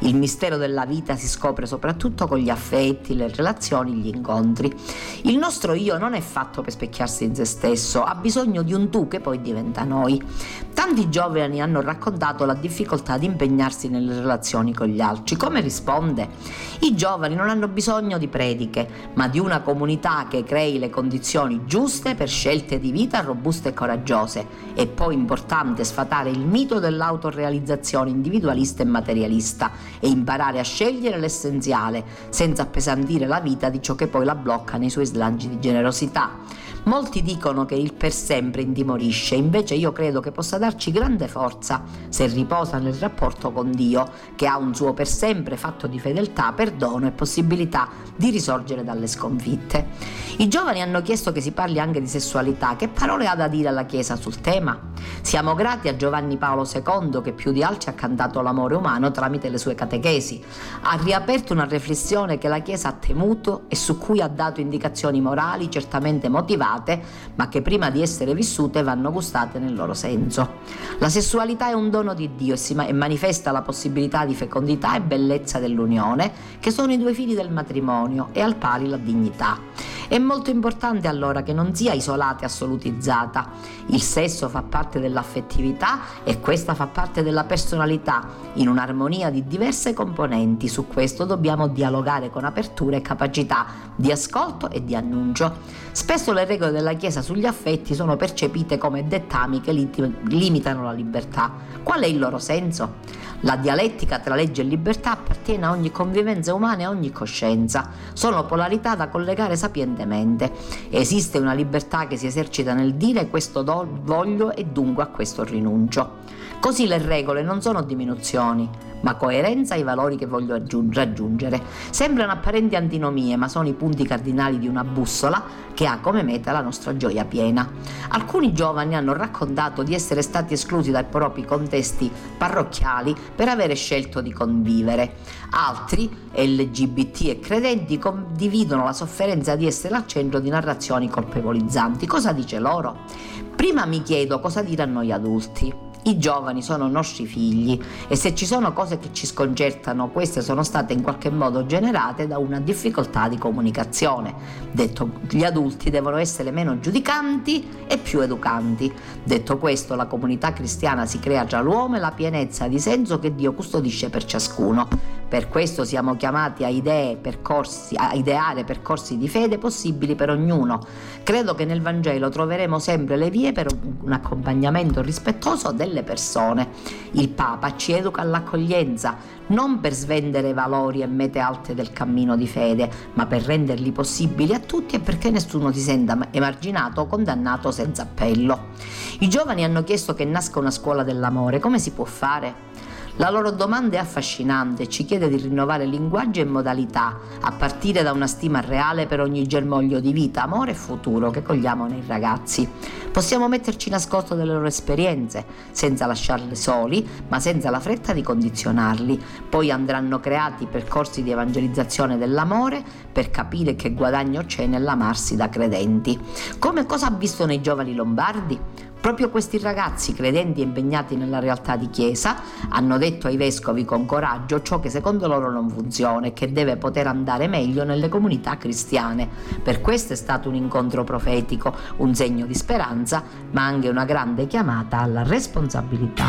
Il mistero della vita si scopre soprattutto con gli affetti, le relazioni, gli incontri. Il nostro io non è fatto per specchiarsi in se stesso, ha bisogno di un tu che poi diventa noi. Tanti giovani hanno raccontato la difficoltà di impegnarsi nelle relazioni con gli altri. Come risponde? I giovani non hanno bisogno di prediche, ma di una comunità che crei le condizioni giuste per scelte di vita robuste e coraggiose. È poi importante sfatare il mito dell'autorealizzazione individualista e materialista e imparare a scegliere l'essenziale, senza appesantire la vita di ciò che poi la blocca nei suoi slanci di generosità. Molti dicono che il per sempre intimorisce, invece io credo che possa darci grande forza se riposa nel rapporto con Dio, che ha un suo per sempre fatto di fedeltà, perdono e possibilità di risorgere dalle sconfitte. I giovani hanno chiesto che si parli anche di sessualità. Che parole ha da dire la Chiesa sul tema? Siamo grati a Giovanni Paolo secondo che più di altri ha cantato l'amore umano tramite le sue catechesi. Ha riaperto una riflessione che la Chiesa ha temuto e su cui ha dato indicazioni morali certamente motivate, ma che prima di essere vissute vanno gustate nel loro senso. La sessualità è un dono di Dio e si ma- e manifesta la possibilità di fecondità e bellezza dell'unione, che sono i due fili del matrimonio, e al pari la dignità. È molto importante allora che non sia isolata e assolutizzata. Il sesso fa parte dell'affettività e questa fa parte della personalità, in un'armonia di diverse componenti. Su questo dobbiamo dialogare con apertura e capacità di ascolto e di annuncio. Spesso le regole della Chiesa sugli affetti sono percepite come dettami che limitano la libertà. Qual è il loro senso? La dialettica tra legge e libertà appartiene a ogni convivenza umana e a ogni coscienza. Sono polarità da collegare sapientemente. Esiste una libertà che si esercita nel dire questo do, voglio e dunque a questo rinuncio. Così le regole non sono diminuzioni, ma coerenza ai valori che voglio raggiungere. Sembrano apparenti antinomie, ma sono i punti cardinali di una bussola che ha come meta la nostra gioia piena. Alcuni giovani hanno raccontato di essere stati esclusi dai propri contesti parrocchiali per avere scelto di convivere. Altri, L G B T e credenti, condividono la sofferenza di essere al centro di narrazioni colpevolizzanti. Cosa dice loro? Prima mi chiedo cosa dire a noi adulti. I giovani sono nostri figli e se ci sono cose che ci sconcertano, queste sono state in qualche modo generate da una difficoltà di comunicazione. Detto, gli adulti devono essere meno giudicanti e più educanti. Detto questo, la comunità cristiana si crea tra l'uomo e la pienezza di senso che Dio custodisce per ciascuno. Per questo siamo chiamati a, idee, percorsi, a ideare percorsi di fede possibili per ognuno. Credo che nel Vangelo troveremo sempre le vie per un accompagnamento rispettoso delle persone. Il Papa ci educa all'accoglienza, non per svendere valori e mete alte del cammino di fede, ma per renderli possibili a tutti e perché nessuno si senta emarginato o condannato senza appello. I giovani hanno chiesto che nasca una scuola dell'amore. Come si può fare? La loro domanda è affascinante, ci chiede di rinnovare linguaggio e modalità, a partire da una stima reale per ogni germoglio di vita, amore e futuro che cogliamo nei ragazzi. Possiamo metterci in ascolto delle loro esperienze, senza lasciarli soli, ma senza la fretta di condizionarli. Poi andranno creati percorsi di evangelizzazione dell'amore per capire che guadagno c'è nell'amarsi da credenti. Come cosa ha visto nei giovani lombardi? Proprio questi ragazzi, credenti e impegnati nella realtà di chiesa, hanno detto ai vescovi con coraggio ciò che secondo loro non funziona e che deve poter andare meglio nelle comunità cristiane. Per questo è stato un incontro profetico, un segno di speranza, ma anche una grande chiamata alla responsabilità.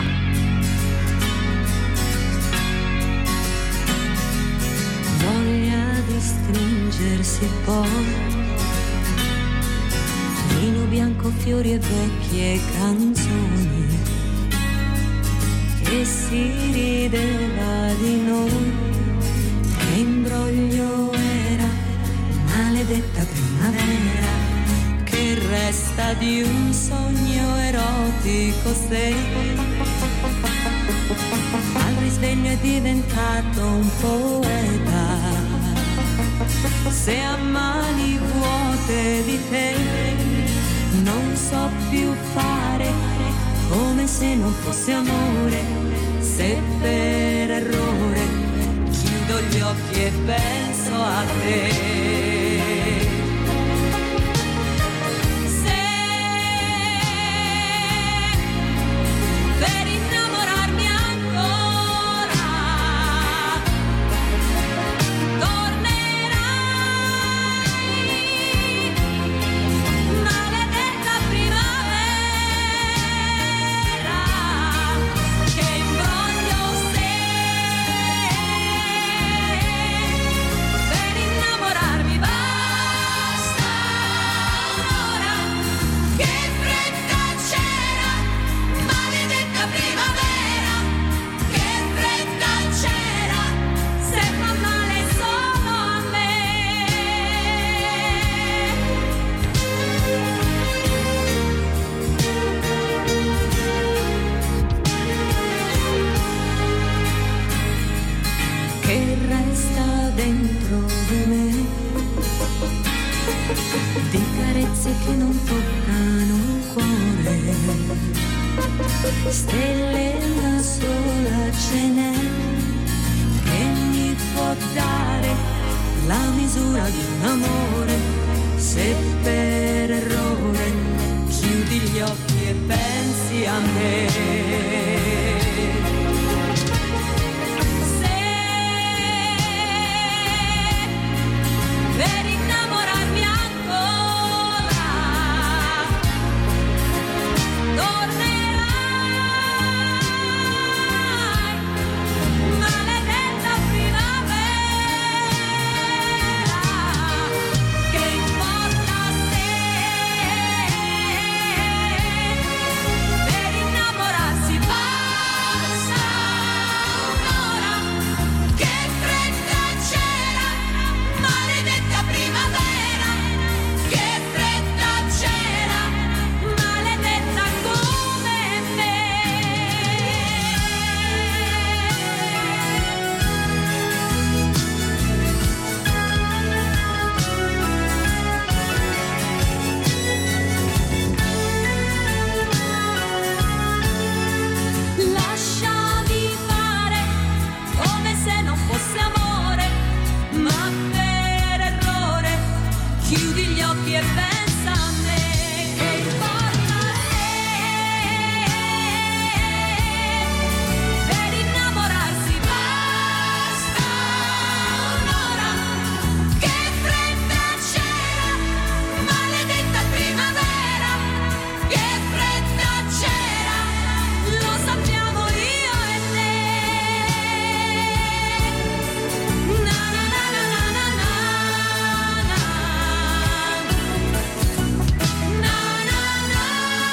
Voglia di stringersi poi, vino bianco, fiori e vecchie canzoni, e si rideva di noi. Che imbroglio era, maledetta primavera, che resta di un sogno erotico se al risveglio è diventato un poeta. Se a mani vuote di te non so più fare, come se non fosse amore, se per errore chiudo gli occhi e penso a te. Per innamorarmi ancora come me, di carezze che non toccano il cuore, stelle una sola ce n'è che mi può dare la misura di un amore, se per errore chiudi gli occhi e pensi a me. Per innamorarmi ancora tornerai, maledetta primavera, che importa se per innamorarsi basta un'ora, che fretta c'era, maledetta primavera, che fretta c'era, maledetta come me. Lasciami fare come se non fosse amore, ma per errore chiudi gli occhi e pensa a me, che importa se per innamorarsi basta un'ora, che fretta c'era, maledetta primavera, che fretta c'era, lo sappiamo io e te. Na na na na na na na na. Na na na.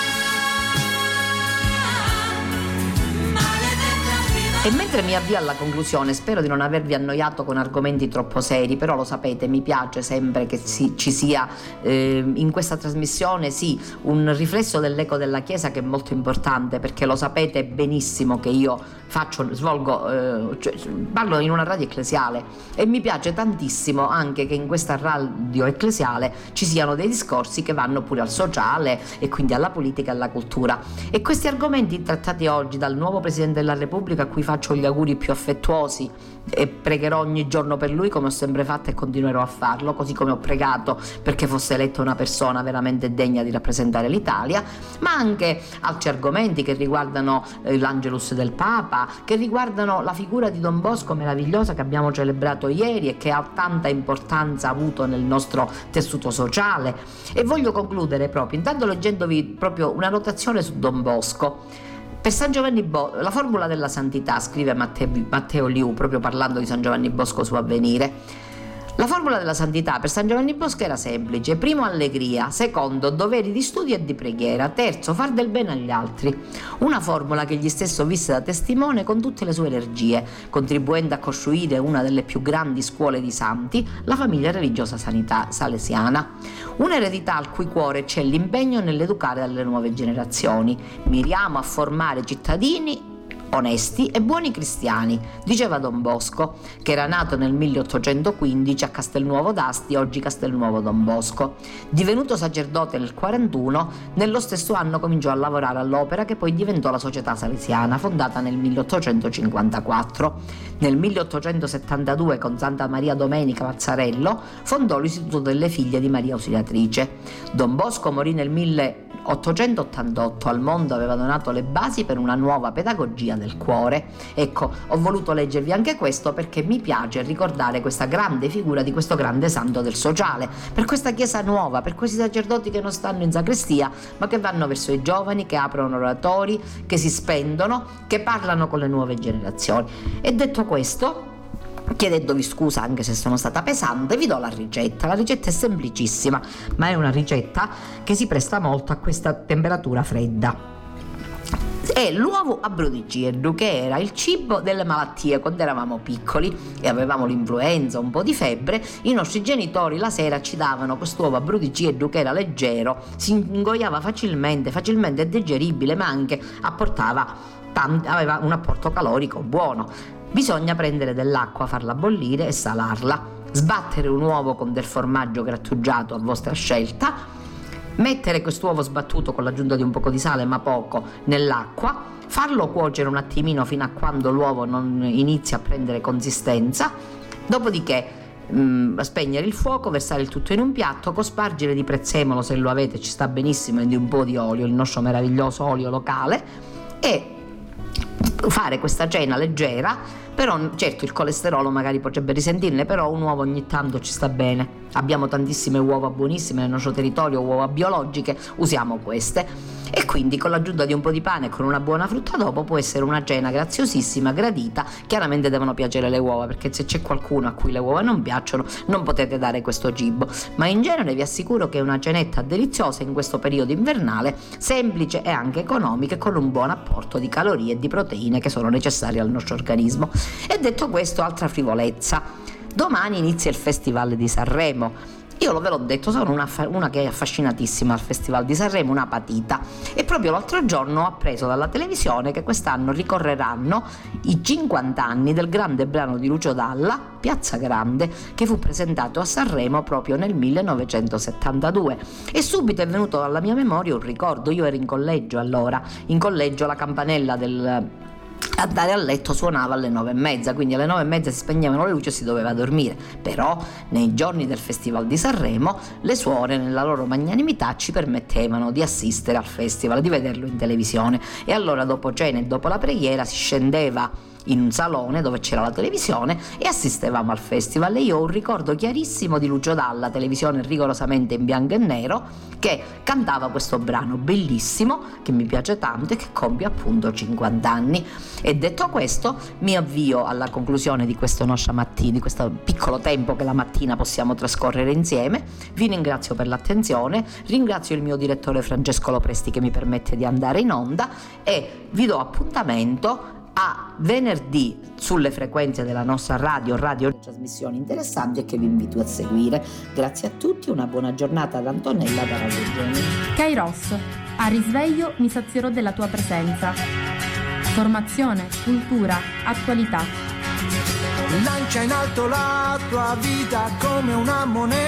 Maledetta primavera. E mentre mi avvio alla conclusione, spero di non avervi annoiato con argomenti troppo seri, però lo sapete, mi piace sempre che si- ci sia eh, in questa trasmissione sì un riflesso dell'eco della Chiesa, che è molto importante, perché lo sapete benissimo che io faccio, svolgo, eh, cioè, parlo in una radio ecclesiale, e mi piace tantissimo anche che in questa radio ecclesiale ci siano dei discorsi che vanno pure al sociale e quindi alla politica e alla cultura. E questi argomenti trattati oggi dal nuovo Presidente della Repubblica, a cui faccio gli auguri più affettuosi e pregherò ogni giorno per lui, come ho sempre fatto e continuerò a farlo, così come ho pregato perché fosse eletta una persona veramente degna di rappresentare l'Italia, ma anche altri argomenti che riguardano eh, l'Angelus del Papa, che riguardano la figura di Don Bosco meravigliosa che abbiamo celebrato ieri e che ha tanta importanza avuto nel nostro tessuto sociale. E voglio concludere proprio intanto leggendovi proprio una notazione su Don Bosco. Per San Giovanni Bosco, la formula della santità, scrive Matteo, Matteo Liu, proprio parlando di San Giovanni Bosco su Avvenire. La formula della santità per San Giovanni Bosco era semplice: primo, allegria; secondo, doveri di studio e di preghiera; terzo, far del bene agli altri. Una formula che egli stesso visse da testimone con tutte le sue energie, contribuendo a costruire una delle più grandi scuole di santi, la famiglia religiosa sanità salesiana. Un'eredità al cui cuore c'è l'impegno nell'educare le nuove generazioni. Miriamo a formare cittadini onesti e buoni cristiani, diceva Don Bosco, che era nato nel milleottocentoquindici a Castelnuovo d'Asti, oggi Castelnuovo Don Bosco. Divenuto sacerdote nel quarantuno, nello stesso anno cominciò a lavorare all'Opera, che poi diventò la Società Salesiana, fondata nel milleottocentocinquantaquattro. Nel milleottocentosettantadue, con Santa Maria Domenica Mazzarello, fondò l'Istituto delle Figlie di Maria Ausiliatrice. Don Bosco morì nel milleottocentottantotto, al mondo aveva donato le basi per una nuova pedagogia del cuore. Ecco, ho voluto leggervi anche questo perché mi piace ricordare questa grande figura di questo grande santo del sociale, per questa chiesa nuova, per questi sacerdoti che non stanno in sacrestia ma che vanno verso i giovani, che aprono oratori, che si spendono, che parlano con le nuove generazioni. E detto questo, chiedendovi scusa anche se sono stata pesante, vi do la ricetta. La ricetta è semplicissima, ma è una ricetta che si presta molto a questa temperatura fredda. È l'uovo a brudicirdu, che era il cibo delle malattie. Quando eravamo piccoli e avevamo l'influenza, un po' di febbre, i nostri genitori la sera ci davano quest'uovo a brudicirdu che era leggero, si ingoiava facilmente, facilmente digeribile, ma anche apportava tant- aveva un apporto calorico buono. Bisogna prendere dell'acqua, farla bollire e salarla. sbattere un uovo con del formaggio grattugiato a vostra scelta, mettere quest'uovo sbattuto con l'aggiunta di un poco di sale, ma poco, nell'acqua, farlo cuocere un attimino fino a quando l'uovo non inizia a prendere consistenza, dopodiché mh, spegnere il fuoco, versare il tutto in un piatto, cospargere di prezzemolo, se lo avete ci sta benissimo, e di un po' di olio, il nostro meraviglioso olio locale, e fare questa cena leggera. Però certo il colesterolo magari potrebbe risentirne, però un uovo ogni tanto ci sta bene. Abbiamo tantissime uova buonissime nel nostro territorio, uova biologiche, usiamo queste. E quindi con l'aggiunta di un po' di pane e con una buona frutta dopo può essere una cena graziosissima, gradita. Chiaramente devono piacere le uova, perché se c'è qualcuno a cui le uova non piacciono non potete dare questo cibo, ma in genere vi assicuro che è una cenetta deliziosa in questo periodo invernale, semplice e anche economica, e con un buon apporto di calorie e di proteine che sono necessarie al nostro organismo. E detto questo, altra frivolezza: domani inizia il Festival di Sanremo. Io ve l'ho detto, sono una, una che è affascinatissima al Festival di Sanremo, una patita, e proprio l'altro giorno ho appreso dalla televisione che quest'anno ricorreranno i cinquanta anni del grande brano di Lucio Dalla, Piazza Grande, che fu presentato a Sanremo proprio nel millenovecentosettantadue, e subito è venuto alla mia memoria un ricordo. Io ero in collegio allora, in collegio la campanella del andare a letto suonava alle nove e mezza, quindi alle nove e mezza si spegnevano le luci e si doveva dormire. Però nei giorni del Festival di Sanremo le suore, nella loro magnanimità, ci permettevano di assistere al festival, di vederlo in televisione, e allora dopo cena e dopo la preghiera si scendeva in un salone dove c'era la televisione e assistevamo al festival. E io ho un ricordo chiarissimo di Lucio Dalla, televisione rigorosamente in bianco e nero, che cantava questo brano bellissimo che mi piace tanto e che compie appunto cinquanta anni. E detto questo, mi avvio alla conclusione di questo nostra mattina, di questo piccolo tempo che la mattina possiamo trascorrere insieme. Vi ringrazio per l'attenzione, ringrazio il mio direttore Francesco Lopresti che mi permette di andare in onda, e vi do appuntamento a venerdì sulle frequenze della nostra radio, radio trasmissioni interessanti e che vi invito a seguire. Grazie a tutti, una buona giornata da Antonella da Radio Gemini. Kairos, a risveglio mi sazierò della tua presenza. Formazione, cultura, attualità. Lancia in alto la tua vita come una moneta.